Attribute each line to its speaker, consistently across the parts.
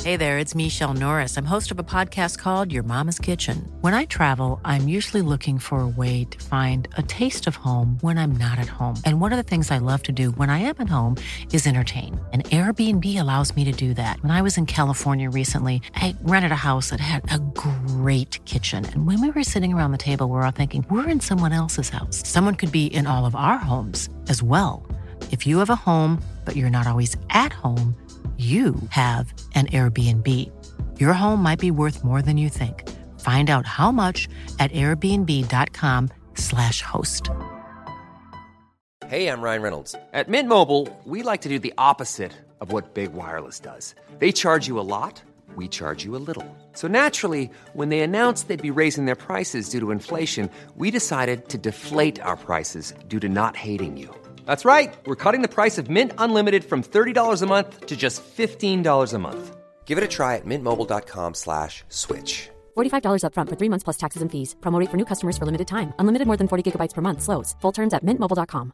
Speaker 1: Hey there, it's Michelle Norris. I'm host of a podcast called Your Mama's Kitchen. When I travel, I'm usually looking for a way to find a taste of home when I'm not at home. And one of the things I love to do when I am at home is entertain. And Airbnb allows me to do that. When I was in California recently, I rented a house that had a great kitchen. And when we were sitting around the table, we were all thinking, we're in someone else's house. Someone could be in all of our homes as well. If you have a home, but you're not always at home, you have an Airbnb. Your home might be worth more than you think. Find out how much at airbnb.com/host.
Speaker 2: Hey, I'm Ryan Reynolds. At Mint Mobile, we like to do the opposite of what Big Wireless does. They charge you a lot, we charge you a little. So naturally, when they announced they'd be raising their prices due to inflation, we decided to deflate our prices due to not hating you. That's right. We're cutting the price of Mint Unlimited from $30 a month to just $15 a month. Give it a try at mintmobile.com/switch.
Speaker 3: $45 up front for 3 months plus taxes and fees. Promo rate for new customers for limited time. Unlimited more than 40 gigabytes per month. Slows full terms at mintmobile.com.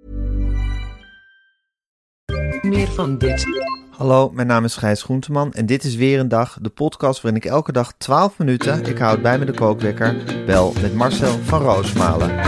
Speaker 4: Meer van dit.
Speaker 5: Hallo, mijn naam is Gijs Groenteman en dit is weer een dag, de podcast waarin ik elke dag 12 minuten, ik houd bij me de kookwekker, bel met Marcel van Roosmalen.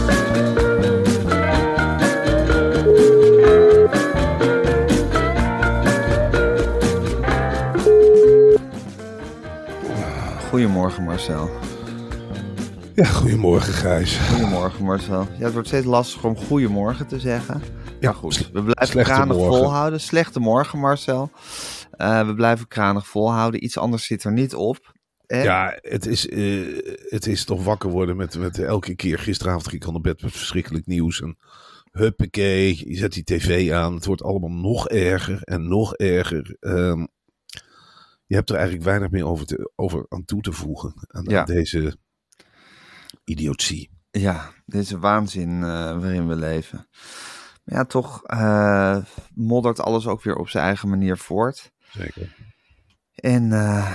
Speaker 5: Goedemorgen Marcel.
Speaker 6: Ja, goedemorgen Gijs.
Speaker 5: Goedemorgen Marcel. Ja, het wordt steeds lastiger om goedemorgen te zeggen. Ja, maar goed, we blijven kranig
Speaker 6: morgen
Speaker 5: volhouden. Slechte morgen Marcel. We blijven kranig volhouden. Iets anders zit er niet op.
Speaker 6: Ja, het is toch wakker worden met elke keer. Gisteravond ging ik al naar bed met verschrikkelijk nieuws. En huppakee, je zet die tv aan. Het wordt allemaal nog erger en nog erger. Je hebt er eigenlijk weinig meer over aan toe te voegen. Aan deze idiotie.
Speaker 5: Ja, deze waanzin waarin we leven. Maar ja, toch moddert alles ook weer op zijn eigen manier voort.
Speaker 6: Zeker.
Speaker 5: En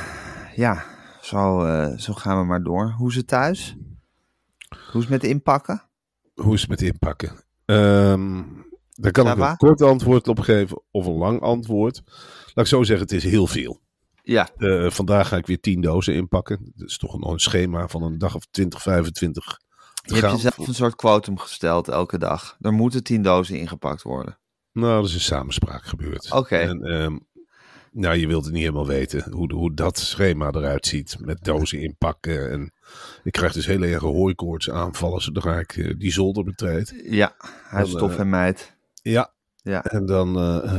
Speaker 5: zo gaan we maar door. Hoe is het thuis? Hoe is het met inpakken?
Speaker 6: Hoe is het met inpakken? Daar kan ik een kort antwoord op geven of een lang antwoord. Laat ik zo zeggen, het is heel veel.
Speaker 5: Ja.
Speaker 6: Vandaag ga ik weer 10 dozen inpakken. Dat is toch een schema van een dag of 20, 25.
Speaker 5: Je hebt jezelf een soort quotum gesteld elke dag. Er moeten 10 dozen ingepakt worden.
Speaker 6: Nou, dat is een samenspraak gebeurd.
Speaker 5: Oké.
Speaker 6: En je wilt het niet helemaal weten hoe dat schema eruit ziet. Met dozen inpakken. En ik krijg dus heel erg hooikoorts aanvallen zodra ik die zolder betreed.
Speaker 5: Ja, huisstof en meid.
Speaker 6: Ja. En dan,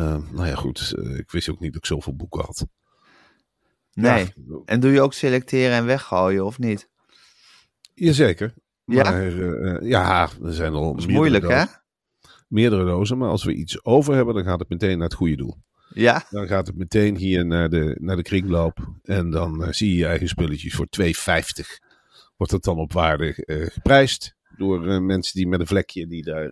Speaker 6: goed. Ik wist ook niet dat ik zoveel boeken had.
Speaker 5: Nee. Ja. En doe je ook selecteren en weggooien of niet?
Speaker 6: Jazeker.
Speaker 5: Ja?
Speaker 6: Maar er zijn al
Speaker 5: moeilijk,
Speaker 6: dozen,
Speaker 5: hè?
Speaker 6: Meerdere dozen, maar als we iets over hebben, dan gaat het meteen naar het goede doel.
Speaker 5: Ja?
Speaker 6: Dan gaat het meteen hier naar de kringloop. En dan zie je je eigen spulletjes voor €2,50. Wordt het dan op waarde geprijsd door mensen die met een vlekje die daar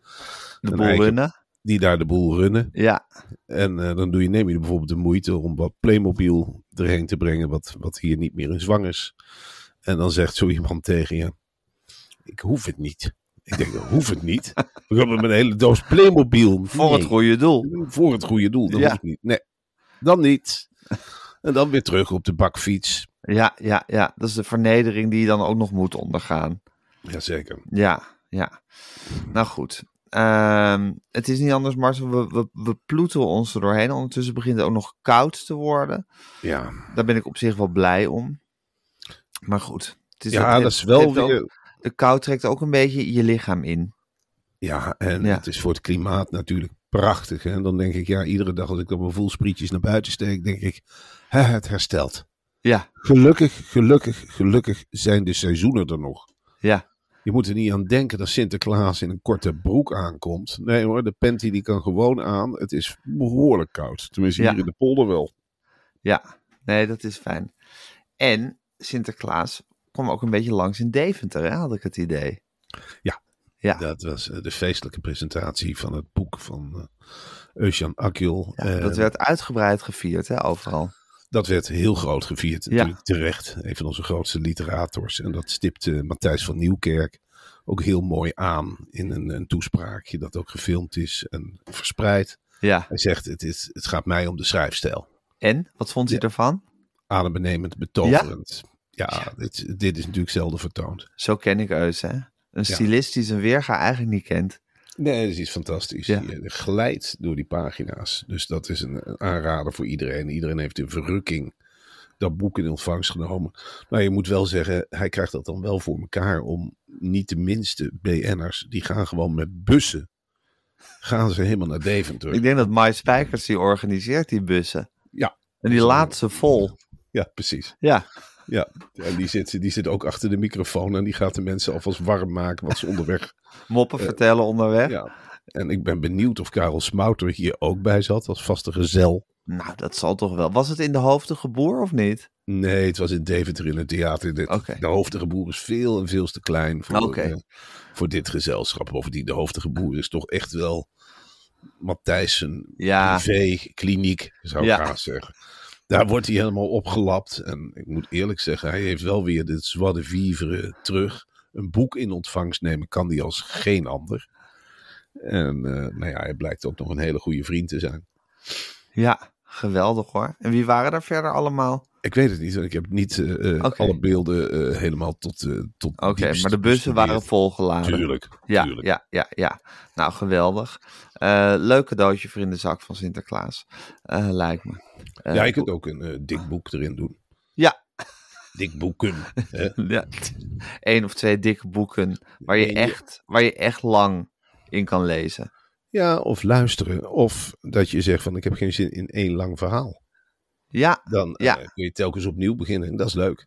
Speaker 5: de boel runnen.
Speaker 6: Die daar de boel runnen.
Speaker 5: Ja.
Speaker 6: En dan neem je bijvoorbeeld de moeite om wat Playmobil erheen te brengen, wat hier niet meer in zwang is. En dan zegt zo iemand tegen je, ik hoef het niet. Ik denk, hoef het niet. We gaan met een hele doos Playmobil.
Speaker 5: Voor het goede doel.
Speaker 6: Voor het goede doel, dat hoeft niet. Nee, dan niet. En dan weer terug op de bakfiets.
Speaker 5: Ja. Dat is de vernedering die je dan ook nog moet ondergaan.
Speaker 6: Jazeker.
Speaker 5: Ja. Nou goed. Het is niet anders, Marcel. We ploeteren ons er doorheen. Ondertussen begint het ook nog koud te worden.
Speaker 6: Ja.
Speaker 5: Daar ben ik op zich wel blij om. Maar goed.
Speaker 6: Dat is wel weer...
Speaker 5: De kou trekt ook een beetje je lichaam in.
Speaker 6: Ja, en het is voor het klimaat natuurlijk prachtig. En dan denk ik, iedere dag als ik dan mijn voelsprietjes naar buiten steek, denk ik, het herstelt.
Speaker 5: Ja.
Speaker 6: Gelukkig zijn de seizoenen er nog.
Speaker 5: Ja.
Speaker 6: Je moet er niet aan denken dat Sinterklaas in een korte broek aankomt. Nee hoor, de panty die kan gewoon aan. Het is behoorlijk koud. Tenminste hier in de polder wel.
Speaker 5: Ja, nee, dat is fijn. En Sinterklaas kwam ook een beetje langs in Deventer, hè? Had ik het idee. Ja.
Speaker 6: Dat was de feestelijke presentatie van het boek van Eusjan Akjol.
Speaker 5: Ja, dat werd uitgebreid gevierd, hè, overal.
Speaker 6: Dat werd heel groot gevierd, natuurlijk terecht. Een van onze grootste literators. En dat stipte Matthijs van Nieuwkerk ook heel mooi aan in een toespraakje dat ook gefilmd is en verspreid.
Speaker 5: Ja.
Speaker 6: Hij zegt, het gaat mij om de schrijfstijl.
Speaker 5: En? Wat vond hij ervan?
Speaker 6: Adembenemend, betoverend. Ja, dit is natuurlijk zelden vertoond.
Speaker 5: Zo ken ik Eus, hè? Een stylist die zijn weerga eigenlijk niet kent.
Speaker 6: Nee, dat is iets fantastisch.
Speaker 5: Ja.
Speaker 6: Je glijdt door die pagina's. Dus dat is een aanrader voor iedereen. Iedereen heeft in verrukking dat boek in ontvangst genomen. Maar je moet wel zeggen, hij krijgt dat dan wel voor elkaar om niet de minste BN'ers, die gaan gewoon met bussen. Gaan ze helemaal naar Deventer.
Speaker 5: Ik denk dat Mai Spijkers die organiseert die bussen.
Speaker 6: Ja.
Speaker 5: En die laat ze vol.
Speaker 6: Ja, precies.
Speaker 5: Ja.
Speaker 6: Ja, en die zit ook achter de microfoon en die gaat de mensen alvast warm maken wat ze onderweg...
Speaker 5: Moppen vertellen onderweg.
Speaker 6: Ja. En ik ben benieuwd of Karel Smouter hier ook bij zat als vaste gezel.
Speaker 5: Nou, dat zal toch wel. Was het in de Hoofdige Boer of niet?
Speaker 6: Nee, het was in Deventer in het theater. De Hoofdige Boer is veel en veel te klein voor dit gezelschap. Bovendien, de Hoofdige Boer is toch echt wel Matthijssen privé-kliniek, zou ik graag zeggen. Daar wordt hij helemaal opgelapt. En ik moet eerlijk zeggen, hij heeft wel weer dit joie de vivre terug. Een boek in ontvangst nemen kan hij als geen ander. En hij blijkt ook nog een hele goede vriend te zijn.
Speaker 5: Ja, geweldig hoor. En wie waren er verder allemaal?
Speaker 6: Ik weet het niet, want ik heb niet alle beelden helemaal tot
Speaker 5: Oké, maar de bussen waren volgeladen.
Speaker 6: Tuurlijk.
Speaker 5: Ja. Nou, geweldig. Leuk cadeautje voor in de zak van Sinterklaas, lijkt me.
Speaker 6: Je kunt ook een dik boek erin doen.
Speaker 5: Ja.
Speaker 6: Dik boeken.
Speaker 5: Ja. 1 of 2 dikke boeken waar je echt lang in kan lezen.
Speaker 6: Ja, of luisteren. Of dat je zegt van ik heb geen zin in 1 lang verhaal.
Speaker 5: Ja.
Speaker 6: Dan kun je telkens opnieuw beginnen en dat is leuk.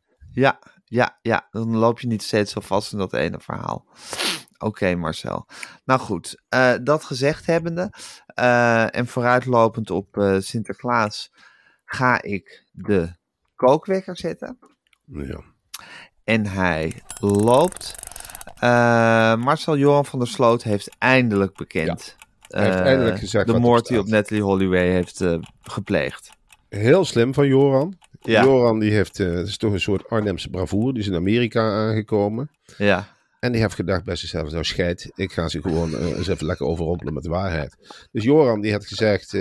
Speaker 5: Ja. Dan loop je niet steeds zo vast in dat ene verhaal. Oké, Marcel. Nou goed, dat gezegd hebbende en vooruitlopend op Sinterklaas ga ik de kookwekker zetten.
Speaker 6: Ja.
Speaker 5: En hij loopt. Marcel Johan van der Sloot heeft eindelijk bekend.
Speaker 6: Hij heeft eindelijk gezegd
Speaker 5: de
Speaker 6: wat
Speaker 5: moord die
Speaker 6: er
Speaker 5: op Natalie Holloway heeft gepleegd.
Speaker 6: Heel slim van Joran.
Speaker 5: Ja.
Speaker 6: Joran die heeft, het is toch een soort Arnhemse bravoure. Die is in Amerika aangekomen.
Speaker 5: Ja.
Speaker 6: En die heeft gedacht bij zichzelf, nou scheid, ik ga ze gewoon eens even lekker overrompelen met de waarheid. Dus Joran die had gezegd,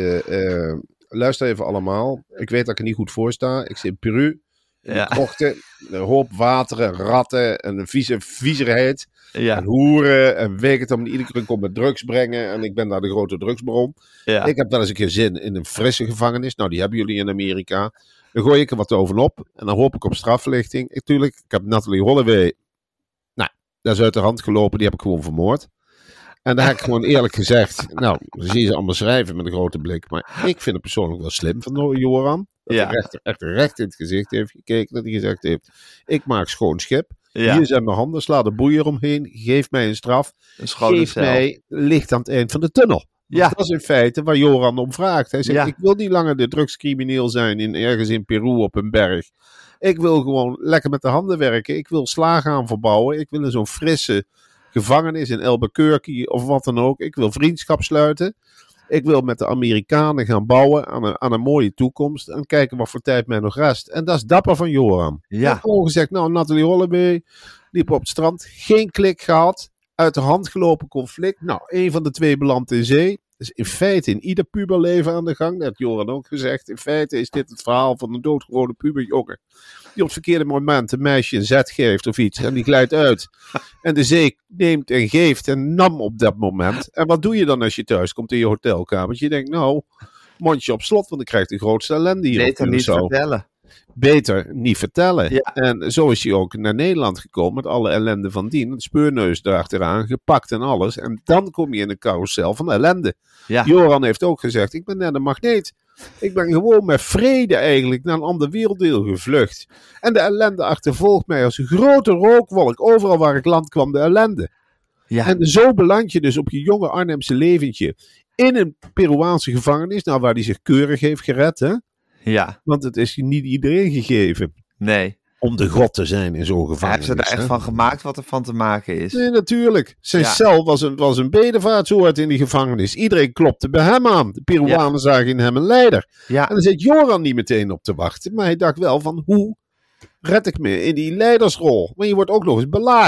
Speaker 6: luister even allemaal. Ik weet dat ik er niet goed voor sta. Ik zit in Peru.
Speaker 5: Ja.
Speaker 6: Krochten, een hoop wateren, ratten en een viezerheid.
Speaker 5: Ja.
Speaker 6: En hoeren en weet het om. Iedere keer komt met drugs brengen. En ik ben daar de grote drugsbron.
Speaker 5: Ja.
Speaker 6: Ik heb wel eens een keer zin in een frisse gevangenis. Nou, die hebben jullie in Amerika. Dan gooi ik er wat bovenop. En dan hoop ik op strafverlichting. Ik heb Natalie Holloway. Nou, dat is uit de hand gelopen. Die heb ik gewoon vermoord. En daar heb ik gewoon eerlijk gezegd. Nou, dan zie je ze allemaal schrijven met een grote blik. Maar ik vind het persoonlijk wel slim van Joran. Dat hij echt recht in het gezicht heeft gekeken. Dat hij gezegd heeft, ik maak schoon schip. Ja. Hier zijn mijn handen, sla de boeier omheen. Geef mij een straf. Geef mij licht aan het eind van de tunnel. Ja. Dat is in feite waar Joran om vraagt. Hij zegt, ik wil niet langer de drugscrimineel zijn ergens in Peru op een berg. Ik wil gewoon lekker met de handen werken. Ik wil slagen aan verbouwen. Ik wil in zo'n frisse gevangenis in Albuquerque of wat dan ook. Ik wil vriendschap sluiten. Ik wil met de Amerikanen gaan bouwen aan een mooie toekomst. En kijken wat voor tijd mij nog rest. En dat is dapper van Joran. Hij heeft gewoon gezegd, nou, Natalie Holloway liep op het strand. Geen klik gehad. Uit de hand gelopen conflict. Nou, 1 van de 2 belandt in zee. Dus in feite in ieder puberleven aan de gang. Dat had Joran ook gezegd. In feite is dit het verhaal van een doodgewone puberjongen. Die op het verkeerde moment een meisje een zet geeft of iets. En die glijdt uit. En de zee neemt en geeft en nam op dat moment. En wat doe je dan als je thuis komt in je hotelkamertje? Je denkt, nou, mondje op slot, want ik krijg de grootste ellende hier.
Speaker 5: Beter niet vertellen.
Speaker 6: Beter niet vertellen.
Speaker 5: Ja.
Speaker 6: En zo is hij ook naar Nederland gekomen met alle ellende van dien. Het speurneus erachteraan, gepakt en alles. En dan kom je in een carousel van ellende. Ja. Joran heeft ook gezegd, ik ben net een magneet. Ik ben gewoon met vrede eigenlijk naar een ander werelddeel gevlucht. En de ellende achtervolgt mij als een grote rookwolk. Overal waar ik land kwam de ellende. Ja. En zo beland je dus op je jonge Arnhemse leventje in een Peruaanse gevangenis. Nou, waar hij zich keurig heeft gered, hè?
Speaker 5: Ja.
Speaker 6: Want het is niet iedereen gegeven.
Speaker 5: Nee.
Speaker 6: Om de god te zijn in zo'n gevangenis.
Speaker 5: Hij heeft er echt van gemaakt wat er van te maken is.
Speaker 6: Nee, natuurlijk. Zijn cel was een bedevaartsoord in die gevangenis. Iedereen klopte bij hem aan. De Peruanen zagen in hem een leider. Ja. En dan zit Joran niet meteen op te wachten. Maar hij dacht wel van, hoe red ik me in die leidersrol? Maar je wordt ook nog eens belaagd.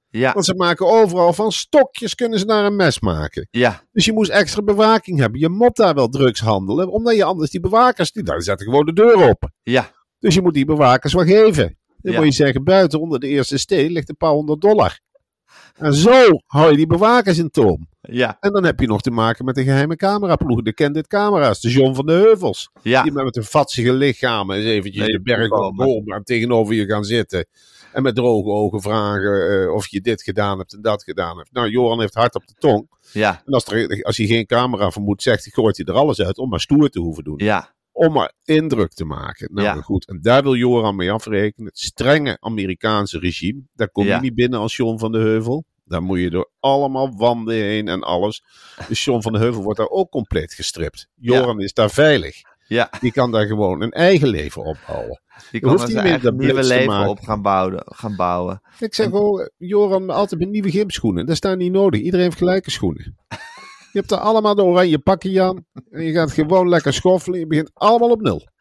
Speaker 5: Ja.
Speaker 6: Want ze maken overal van stokjes kunnen ze naar een mes maken.
Speaker 5: Ja.
Speaker 6: Dus je moest extra bewaking hebben. Je moet daar wel drugs handelen. Omdat je anders die bewakers, die zetten gewoon de deur op.
Speaker 5: Ja.
Speaker 6: Dus je moet die bewakers wel geven. Dan
Speaker 5: Ja.
Speaker 6: moet je zeggen, buiten onder de eerste steen ligt een paar $100. En zo hou je die bewakers in toom.
Speaker 5: Ja.
Speaker 6: En dan heb je nog te maken met de geheime cameraploeg. De Candid Camera's, de John van de Heuvels.
Speaker 5: Ja.
Speaker 6: Die met een vatsige lichaam eens eventjes
Speaker 5: Nee,
Speaker 6: de berg
Speaker 5: voorkomen.
Speaker 6: op maar tegenover je gaan zitten. En met droge ogen vragen of je dit gedaan hebt en dat gedaan hebt. Nou, Joran heeft hard op de tong.
Speaker 5: Ja.
Speaker 6: En als hij geen camera vermoedt, gooit hij er alles uit om maar stoer te hoeven doen.
Speaker 5: Ja.
Speaker 6: Om maar indruk te maken. Nou
Speaker 5: Ja.
Speaker 6: goed, en daar wil Joran mee afrekenen. Het strenge Amerikaanse regime. Daar kom je
Speaker 5: Ja.
Speaker 6: niet binnen als John van de Heuvel. Daar moet je door allemaal wanden heen en alles. Dus John van de Heuvel wordt daar ook compleet gestript. Joran is daar veilig.
Speaker 5: Ja.
Speaker 6: Die kan daar gewoon een eigen leven opbouwen.
Speaker 5: Die
Speaker 6: Dan
Speaker 5: kan
Speaker 6: hoeft
Speaker 5: er
Speaker 6: hij
Speaker 5: zijn
Speaker 6: niet
Speaker 5: eigen
Speaker 6: dat
Speaker 5: nieuwe
Speaker 6: blitz te
Speaker 5: leven
Speaker 6: maken.
Speaker 5: op gaan bouwen.
Speaker 6: Ik zeg gewoon, Joran, altijd met nieuwe gymschoenen. Dat staat niet nodig. Iedereen heeft gelijke schoenen. Je hebt er allemaal de oranje pakje aan. En je gaat gewoon lekker schoffelen. Je begint allemaal op 0.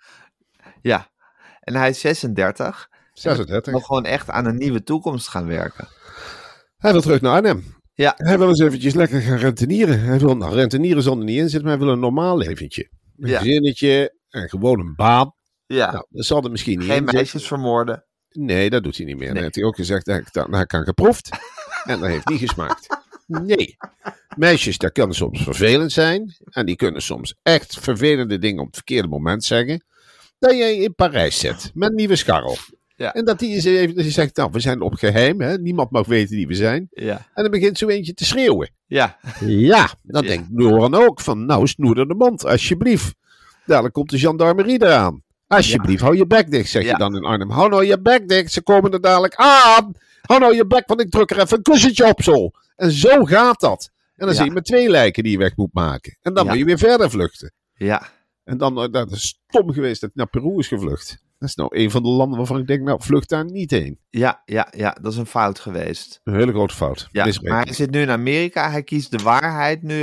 Speaker 5: Ja. En hij is 36.
Speaker 6: 36.
Speaker 5: Nog gewoon echt aan een nieuwe toekomst gaan werken.
Speaker 6: Hij wil terug naar Arnhem.
Speaker 5: Ja.
Speaker 6: Hij wil eens eventjes lekker gaan rentenieren. Rentenieren zal er niet in zitten, maar hij wil een normaal leventje. Een
Speaker 5: Ja.
Speaker 6: gezinnetje en gewoon een baan.
Speaker 5: Ja.
Speaker 6: Nou, dat zal er misschien niet
Speaker 5: Geen
Speaker 6: in zitten.
Speaker 5: meisjes vermoorden.
Speaker 6: Nee, dat doet hij niet meer.
Speaker 5: Nee.
Speaker 6: Dan heeft hij ook gezegd, dat heb ik aan geproefd. En dat heeft niet gesmaakt. Nee. Meisjes, dat kan soms vervelend zijn. En die kunnen soms echt vervelende dingen op het verkeerde moment zeggen. Dat jij in Parijs zit met nieuwe scharrel.
Speaker 5: Ja.
Speaker 6: En dat die eens even dat je zegt, nou, we zijn op geheim. Hè? Niemand mag weten wie we zijn.
Speaker 5: Ja.
Speaker 6: En dan begint zo eentje te schreeuwen.
Speaker 5: Ja.
Speaker 6: Ja, dan
Speaker 5: Ja.
Speaker 6: denkt Joran ook van, nou, snoer de mond, alsjeblieft. Dadelijk komt de gendarmerie eraan. Alsjeblieft, hou je bek dicht, zeg
Speaker 5: Ja.
Speaker 6: je dan in Arnhem. Hou nou je bek dicht, ze komen er dadelijk aan. Hou nou je bek, want ik druk er even een kussentje op zo. En zo gaat dat. En dan
Speaker 5: Ja.
Speaker 6: zie je met 2 lijken die je weg moet maken. En dan
Speaker 5: Ja.
Speaker 6: moet je weer verder vluchten.
Speaker 5: Ja.
Speaker 6: En dan, dat is stom geweest dat hij naar Peru is gevlucht. Dat is nou een van de landen waarvan ik denk, nou, vlucht daar niet heen.
Speaker 5: Ja. Dat is een fout geweest.
Speaker 6: Een hele grote fout.
Speaker 5: Ja,
Speaker 6: Misrekening.
Speaker 5: maar hij zit nu in Amerika. Hij kiest de waarheid nu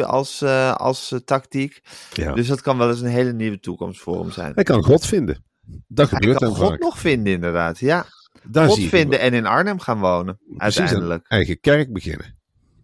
Speaker 5: als tactiek.
Speaker 6: Ja.
Speaker 5: Dus dat kan wel eens een hele nieuwe toekomst voor hem zijn.
Speaker 6: Hij kan God vinden. Dat
Speaker 5: Hij
Speaker 6: gebeurt
Speaker 5: kan
Speaker 6: dan
Speaker 5: God
Speaker 6: vaak.
Speaker 5: nog vinden, inderdaad. Ja,
Speaker 6: Daar
Speaker 5: God
Speaker 6: zie je
Speaker 5: vinden en in Arnhem gaan wonen.
Speaker 6: precies
Speaker 5: Uiteindelijk.
Speaker 6: een eigen kerk beginnen.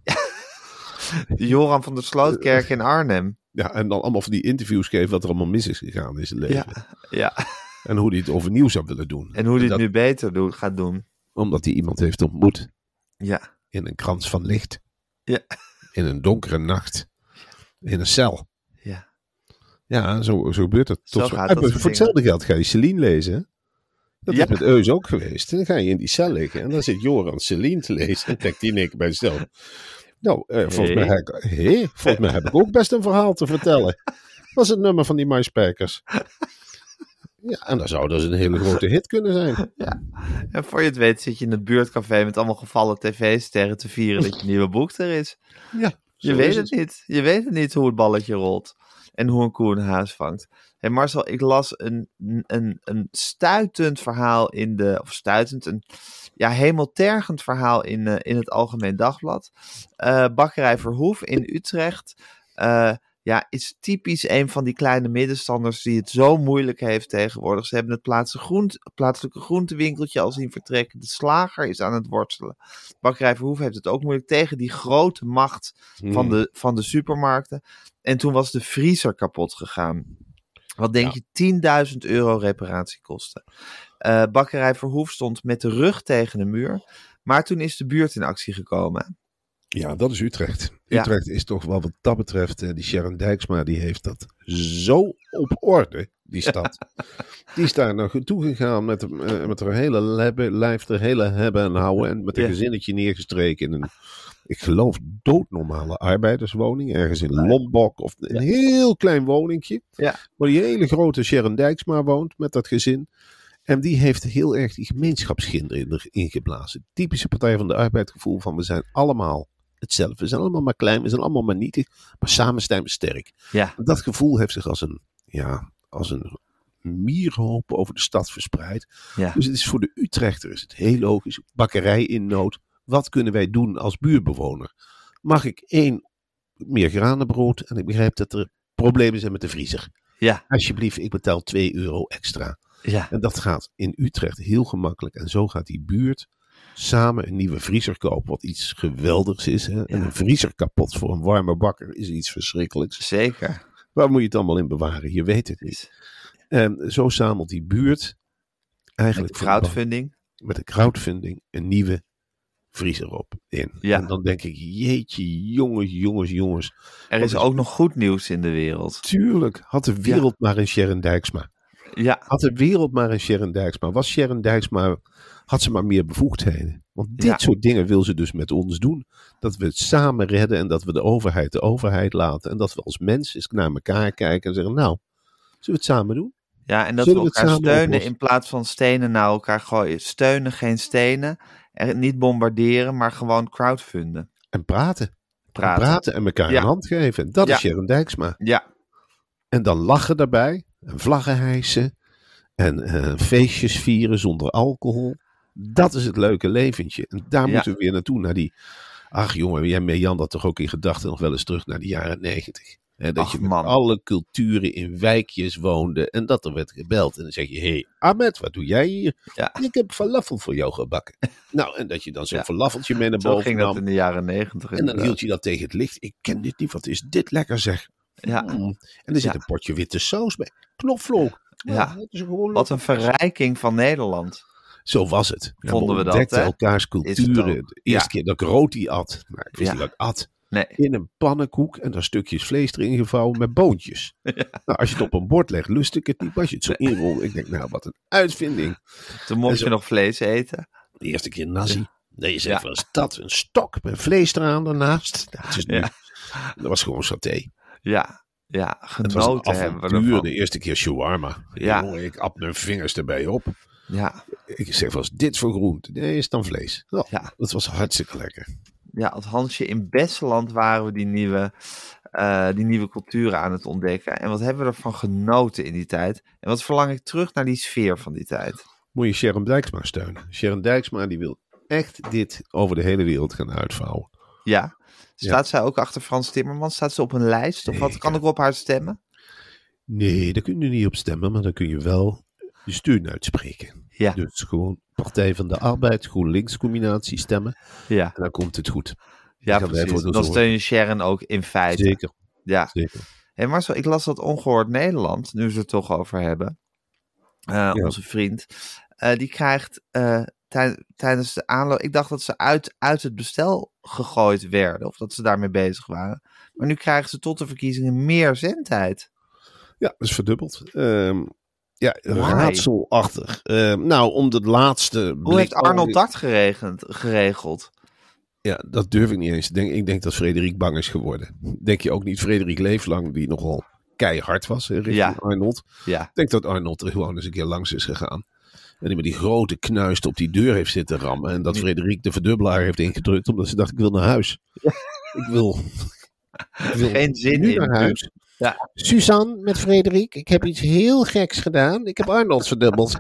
Speaker 5: De Joran van der Slootkerk in Arnhem.
Speaker 6: Ja, en dan allemaal van die interviews geven wat er allemaal mis is gegaan in zijn leven.
Speaker 5: Ja, ja.
Speaker 6: En hoe hij het overnieuw zou willen doen.
Speaker 5: En hoe hij
Speaker 6: dat,
Speaker 5: het nu beter gaat doen.
Speaker 6: Omdat hij iemand heeft ontmoet
Speaker 5: Ja,
Speaker 6: in een krans van licht.
Speaker 5: Ja.
Speaker 6: In een donkere nacht. In een cel.
Speaker 5: ja.
Speaker 6: Ja, zo gebeurt het.
Speaker 5: Zo
Speaker 6: Tot
Speaker 5: gaat
Speaker 6: En
Speaker 5: dat soort
Speaker 6: voor hetzelfde geld ga je Celine lezen. Hè? Dat
Speaker 5: Ja.
Speaker 6: is met Eus ook geweest. En dan ga je in die cel liggen. En dan zit Joran Celine te lezen. En denkt hij in één keer bij zichzelf. Nou, volgens mij heb ik ook best een verhaal te vertellen. Dat is het nummer van die MySpackers. Ja, en dan zou dus een hele grote hit kunnen zijn.
Speaker 5: En voor je het weet zit je in het buurtcafé met allemaal gevallen tv-sterren te vieren dat je nieuwe boek er is.
Speaker 6: Ja,
Speaker 5: Je weet het niet. Je weet het niet hoe het balletje rolt. En hoe een koe een haas vangt. Hey Marcel, ik las een stuitend verhaal een hemeltergend verhaal in het Algemeen Dagblad. Bakkerij Verhoef in Utrecht. Is typisch een van die kleine middenstanders die het zo moeilijk heeft tegenwoordig. Ze hebben het plaatselijke groentewinkeltje al zien vertrekken. De slager is aan het worstelen. Bakkerij Verhoef heeft het ook moeilijk tegen die grote macht van de supermarkten. En toen was de vriezer kapot gegaan. Wat denk je? €10.000 reparatiekosten. Bakkerij Verhoef stond met de rug tegen de muur. Maar toen is de buurt in actie gekomen.
Speaker 6: Ja, dat is Utrecht.
Speaker 5: Ja.
Speaker 6: Utrecht is toch wel wat dat betreft, die Sharon Dijksma, die heeft dat zo op orde, die stad. Die is daar naartoe gegaan met haar hele lijf, haar hele hebben en houden en met een gezinnetje neergestreken in een, ik geloof, doodnormale arbeiderswoning, ergens in Lombok of een heel klein woningje, waar die hele grote Sharon Dijksma woont met dat gezin. En die heeft heel erg die gemeenschapskinder erin geblazen. Typische Partij van de Arbeid gevoel van we zijn allemaal hetzelfde. We zijn allemaal maar klein, we zijn allemaal maar nietig, maar samen zijn we sterk.
Speaker 5: Ja.
Speaker 6: En dat gevoel heeft zich als een mierhoop over de stad verspreid.
Speaker 5: Ja.
Speaker 6: Dus het is voor de Utrechter is het heel logisch. Bakkerij in nood. Wat kunnen wij doen als buurtbewoner? Mag ik 1 meer granenbrood? En ik begrijp dat er problemen zijn met de vriezer.
Speaker 5: Ja.
Speaker 6: Alsjeblieft, ik betaal €2 extra.
Speaker 5: Ja.
Speaker 6: En dat gaat in Utrecht heel gemakkelijk. En zo gaat die buurt samen een nieuwe vriezer kopen, wat iets geweldigs is. Hè? En een vriezer kapot voor een warme bakker is iets verschrikkelijks.
Speaker 5: Zeker.
Speaker 6: Waar moet je het allemaal in bewaren? Je weet het niet. En zo zamelt die buurt eigenlijk met een crowdfunding een nieuwe vriezer op in. Ja. En dan denk ik, jeetje, jongens.
Speaker 5: Er is ook nog goed nieuws in de wereld.
Speaker 6: Tuurlijk, had de wereld maar een Sharon Dijksma.
Speaker 5: Ja.
Speaker 6: Had de wereld maar een Sharon Dijksma. Was Sharon Dijksma, had ze maar meer bevoegdheden. Want dit soort dingen wil ze dus met ons doen. Dat we het samen redden en dat we de overheid laten. En dat we als mensen eens naar elkaar kijken en zeggen, nou, zullen we het samen doen?
Speaker 5: Ja, en dat we elkaar steunen in plaats van stenen naar elkaar gooien. Steunen, geen stenen. Niet bombarderen, maar gewoon crowdfunden.
Speaker 6: En praten en elkaar een hand geven. Dat is Sharon Dijksma.
Speaker 5: Ja.
Speaker 6: En dan lachen daarbij. En vlaggen hijsen. En feestjes vieren zonder alcohol. Dat is het leuke leventje. En daar moeten we weer naartoe. Naar die... Ach jongen, jij met Jan dat toch ook in gedachten nog wel eens terug naar de jaren 90. Dat je met alle culturen in wijkjes woonde. En dat er werd gebeld. En dan zeg je, hey Ahmed, wat doe jij hier? Ja. Ik heb falafel voor jou gebakken. Nou, en dat je dan zo'n falafeltje mee naar boven nam.
Speaker 5: Zo ging dat in de jaren 90.
Speaker 6: En dan hield je dat tegen het licht. Ik ken dit niet, wat is dit lekker zeg. Ja. En er zit een potje witte saus bij. Knoflook.
Speaker 5: Ja. Dat is gewoon wat een verrijking van Nederland.
Speaker 6: Zo was het.
Speaker 5: Vonden we dat.
Speaker 6: Ontdekten elkaars culturen. De eerste keer dat ik roti at. Maar ik wist niet dat ik at. Nee. In een pannenkoek en dan stukjes vlees erin gevouwen met boontjes. Ja. Nou, als je het op een bord legt, lust ik het niet. Als je het zo inrolt, ik denk, nou, wat een uitvinding.
Speaker 5: Toen mocht je nog vlees eten.
Speaker 6: De eerste keer nasi. Nee, je zegt wel eens dat, een stok met vlees eraan daarnaast. Dat is nu, dat was gewoon saté.
Speaker 5: Ja, genoten hebben we ervan.
Speaker 6: De eerste keer shawarma. Ja. Jongen, ik at mijn vingers erbij op. Ja. Ik zeg wel eens, dit voor groente. Nee, is dan vlees. Oh, ja. Dat was hartstikke lekker.
Speaker 5: Ja, als Hansje in Besseland waren we die nieuwe culturen aan het ontdekken. En wat hebben we ervan genoten in die tijd. En wat verlang ik terug naar die sfeer van die tijd.
Speaker 6: Moet je Sharon Dijksma steunen. Sharon Dijksma die wil echt dit over de hele wereld gaan uitvouwen.
Speaker 5: Ja. Staat zij ook achter Frans Timmermans? Staat ze op een lijst? Of wat kan ik op haar stemmen?
Speaker 6: Nee, daar kun je niet op stemmen. Maar dan kun je wel je steun uitspreken. Ja. Dus gewoon Partij van de Arbeid, GroenLinks combinatie stemmen. Ja. En dan komt het goed.
Speaker 5: Ja, precies. Dan steun je Sharon ook in feite.
Speaker 6: Zeker.
Speaker 5: Ja. Zeker. Hey Marcel, ik las dat Ongehoord Nederland, nu we het toch over hebben. Onze vriend. Die krijgt tijdens de aanloop... Ik dacht dat ze uit het bestel gegooid werden. Of dat ze daarmee bezig waren. Maar nu krijgen ze tot de verkiezingen meer zendtijd.
Speaker 6: Ja, dat is verdubbeld. Ja, raadselachtig. Nou, om de laatste...
Speaker 5: Hoe heeft Arnold dat geregeld?
Speaker 6: Ja, dat durf ik niet eens. Ik denk dat Frederik bang is geworden. Denk je ook niet Frederik Leeflang, die nogal keihard was richting Arnold? Ja. Ik denk dat Arnold er gewoon eens een keer langs is gegaan. En die met die grote knuist op die deur heeft zitten rammen. En dat Frederik de verdubbelaar heeft ingedrukt, omdat ze dacht, ik wil naar huis. Ja. Ik wil
Speaker 5: geen zin
Speaker 6: nu
Speaker 5: in
Speaker 6: naar huis. Ja. Suzanne met Frederik, ik heb iets heel geks gedaan. Ik heb Arnold verdubbeld.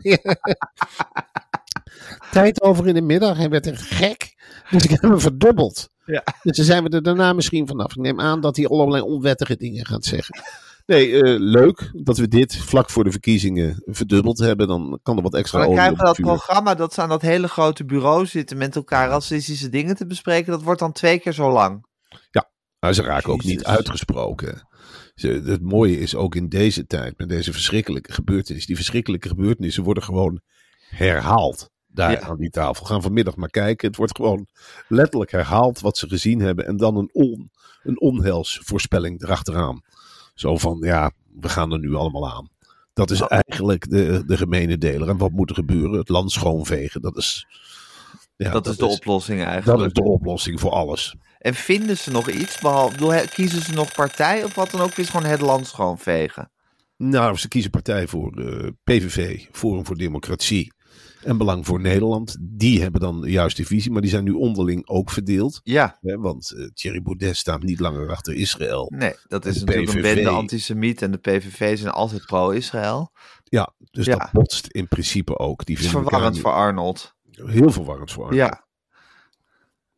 Speaker 6: Tijd over in de middag, hij werd echt gek. Dus ik heb hem verdubbeld. Ja. Dus dan zijn we er daarna misschien vanaf. Ik neem aan dat hij allerlei onwettige dingen gaat zeggen. Nee, leuk dat we dit vlak voor de verkiezingen verdubbeld hebben. Dan kan er wat extra olie op
Speaker 5: dan krijgen we dat programma dat ze aan dat hele grote bureau zitten met elkaar racistische dingen te bespreken. Dat wordt dan 2 keer zo lang.
Speaker 6: Ja, maar ze raken ook niet uitgesproken. Het mooie is ook in deze tijd, met deze verschrikkelijke gebeurtenissen. Die verschrikkelijke gebeurtenissen worden gewoon herhaald. Daar aan die tafel. Gaan vanmiddag maar kijken. Het wordt gewoon letterlijk herhaald wat ze gezien hebben. En dan een onheilsvoorspelling erachteraan. Zo van, ja, we gaan er nu allemaal aan. Dat is eigenlijk de gemene deler. En wat moet er gebeuren? Het land schoonvegen. Dat is
Speaker 5: de oplossing eigenlijk.
Speaker 6: Dat is de oplossing voor alles.
Speaker 5: En vinden ze nog iets? Kiezen ze nog partij? Of wat dan ook is gewoon het land schoonvegen?
Speaker 6: Nou, ze kiezen partij voor PVV. Forum voor Democratie. En Belang voor Nederland. Die hebben dan juist die visie. Maar die zijn nu onderling ook verdeeld. Ja. Want Thierry Baudet staat niet langer achter Israël.
Speaker 5: Nee, dat is natuurlijk een bende antisemiet. En de PVV zijn altijd pro-Israël.
Speaker 6: Ja, dus dat botst in principe ook.
Speaker 5: Het is verwarrend voor Arnold.
Speaker 6: Heel verwarrend voor Arnold.
Speaker 5: Ja.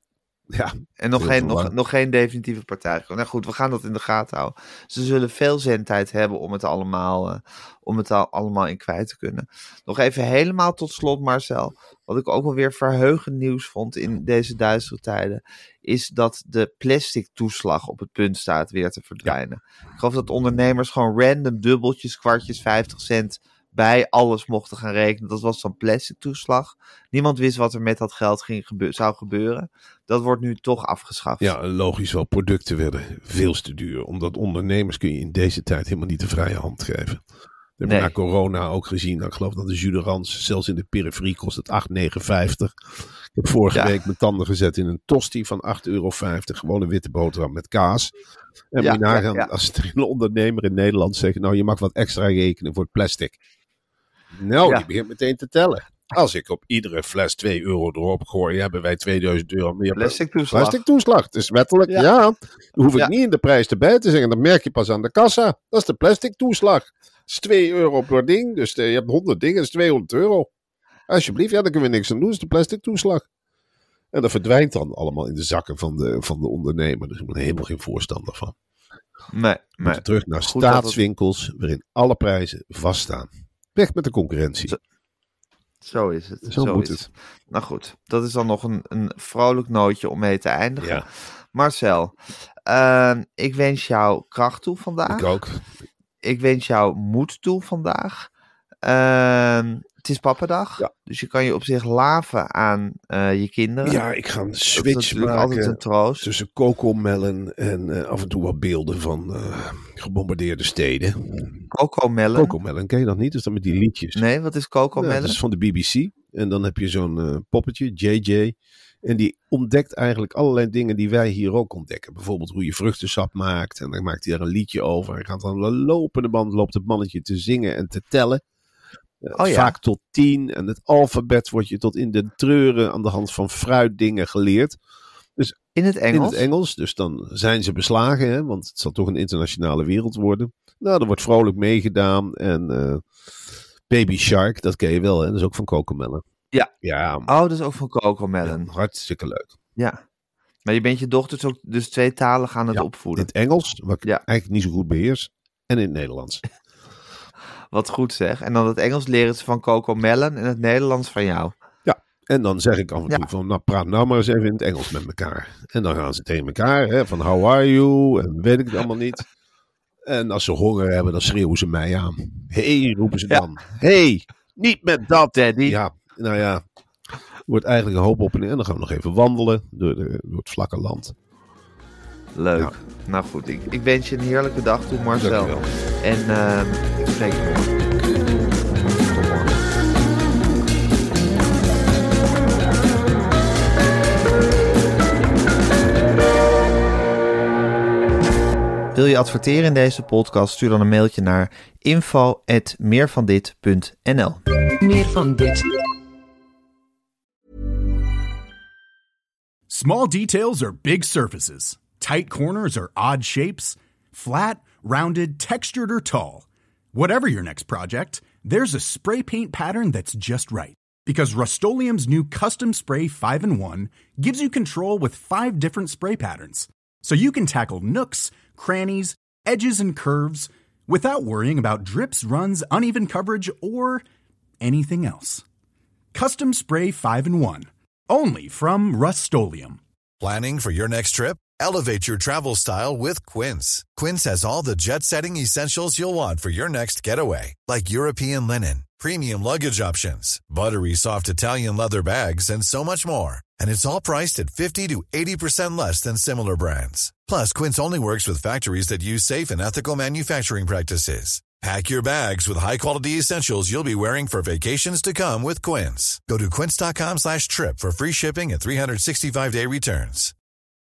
Speaker 6: Ja,
Speaker 5: En nog geen definitieve partij gekomen. Nou goed, we gaan dat in de gaten houden. Ze zullen veel zendtijd hebben om het allemaal in kwijt te kunnen. Nog even helemaal tot slot, Marcel. Wat ik ook wel weer verheugend nieuws vond in deze duistere tijden, is dat de plastic toeslag op het punt staat weer te verdwijnen. Ja. Ik geloof dat ondernemers gewoon random dubbeltjes, kwartjes, 50 cent bij alles mochten gaan rekenen. Dat was zo'n plastic toeslag. Niemand wist wat er met dat geld zou gebeuren. Dat wordt nu toch afgeschaft.
Speaker 6: Ja, logisch wel. Producten werden veel te duur. Omdat ondernemers kun je in deze tijd helemaal niet de vrije hand geven. We hebben na corona ook gezien. Nou, ik geloof dat de jus d'orange, zelfs in de periferie, kost het 8,59. Ik heb vorige week mijn tanden gezet in een tosti van €8,50. Gewoon een witte boterham met kaas. En moet je nagaan, als een ondernemer in Nederland zegt, nou, je mag wat extra rekenen voor het plastic. Nou, die begint meteen te tellen. Als ik op iedere fles €2 erop gooi, hebben wij €2000 meer
Speaker 5: plastic
Speaker 6: toeslag. Het is wettelijk, ja. Dan hoef ik niet in de prijs erbij te zeggen. Dat merk je pas aan de kassa. Dat is de plastic toeslag. Dat is €2 per ding. Dus je hebt 100 dingen, dat is €200. Alsjeblieft, dan kunnen we niks aan doen. Dat is de plastic toeslag. En dat verdwijnt dan allemaal in de zakken van de ondernemer. Dus ik ben helemaal geen voorstander van.
Speaker 5: Nee.
Speaker 6: Terug naar staatswinkels, waarin alle prijzen vaststaan. Weg met de concurrentie.
Speaker 5: Zo is het. Zo moet het. Nou goed, dat is dan nog een vrolijk nootje om mee te eindigen. Ja. Marcel, ik wens jou kracht toe vandaag.
Speaker 6: Ik ook.
Speaker 5: Ik wens jou moed toe vandaag. Het is pappadag, dus je kan je op zich laven aan je kinderen.
Speaker 6: Ja, ik ga een switch maken
Speaker 5: altijd een troost.
Speaker 6: Tussen Cocomelon en af en toe wat beelden van gebombardeerde steden. Cocomelon, ken je dat niet? Dus dan met die liedjes.
Speaker 5: Nee, wat is Cocomelon?
Speaker 6: Dat is van de BBC. En dan heb je zo'n poppetje, JJ. En die ontdekt eigenlijk allerlei dingen die wij hier ook ontdekken. Bijvoorbeeld hoe je vruchtensap maakt. En dan maakt hij daar een liedje over. En gaat aan de lopende band, loopt het mannetje te zingen en te tellen. Vaak tot 10. En het alfabet wordt je tot in de treuren aan de hand van fruitdingen geleerd. Dus
Speaker 5: in het Engels?
Speaker 6: In het Engels. Dus dan zijn ze beslagen. Hè, want het zal toch een internationale wereld worden. Nou, er wordt vrolijk meegedaan. En Baby Shark, dat ken je wel. Hè? Dat is ook van Cocomelon. Ja.
Speaker 5: Oh, dat is ook van Cocomelon.
Speaker 6: Ja, hartstikke leuk.
Speaker 5: Ja. Maar je bent je dochters ook dus tweetalig aan het opvoeden.
Speaker 6: In het Engels, wat ik eigenlijk niet zo goed beheers. En in het Nederlands.
Speaker 5: Wat goed zeg. En dan het Engels leren ze van Cocomelon en het Nederlands van jou.
Speaker 6: Ja, en dan zeg ik af en toe van, nou praat nou maar eens even in het Engels met elkaar. En dan gaan ze tegen elkaar, hè, van how are you? En weet ik het allemaal niet. En als ze honger hebben, dan schreeuwen ze mij aan. Hey, roepen ze dan. Hey, niet met dat, daddy. Ja, nou ja. Er wordt eigenlijk een hoop op en dan gaan we nog even wandelen door het vlakke land.
Speaker 5: Leuk. Ja. Nou goed, ik wens je een heerlijke dag toe, Marcel.
Speaker 6: Dankjewel.
Speaker 5: En ik spreek je morgen. Tot morgen. Wil je adverteren in deze podcast? Stuur dan een mailtje naar info@meervandit.nl.
Speaker 4: Meer van dit.
Speaker 7: Small details are big surfaces. Tight corners are odd shapes. Flat, rounded, textured, or tall. Whatever your next project, there's a spray paint pattern that's just right. Because Rust-Oleum's new Custom Spray 5-in-1 gives you control with 5 different spray patterns. So you can tackle nooks, crannies, edges, and curves without worrying about drips, runs, uneven coverage, or anything else. Custom Spray 5-in-1. Only from Rust-Oleum.
Speaker 8: Planning for your next trip? Elevate your travel style with Quince. Quince has all the jet-setting essentials you'll want for your next getaway. Like European linen, premium luggage options, buttery soft Italian leather bags, and so much more. And it's all priced at 50 to 80% less than similar brands. Plus, Quince only works with factories that use safe and ethical manufacturing practices. Pack your bags with high-quality essentials you'll be wearing for vacations to come with Quince. Go to quince.com/trip for free shipping and 365-day returns.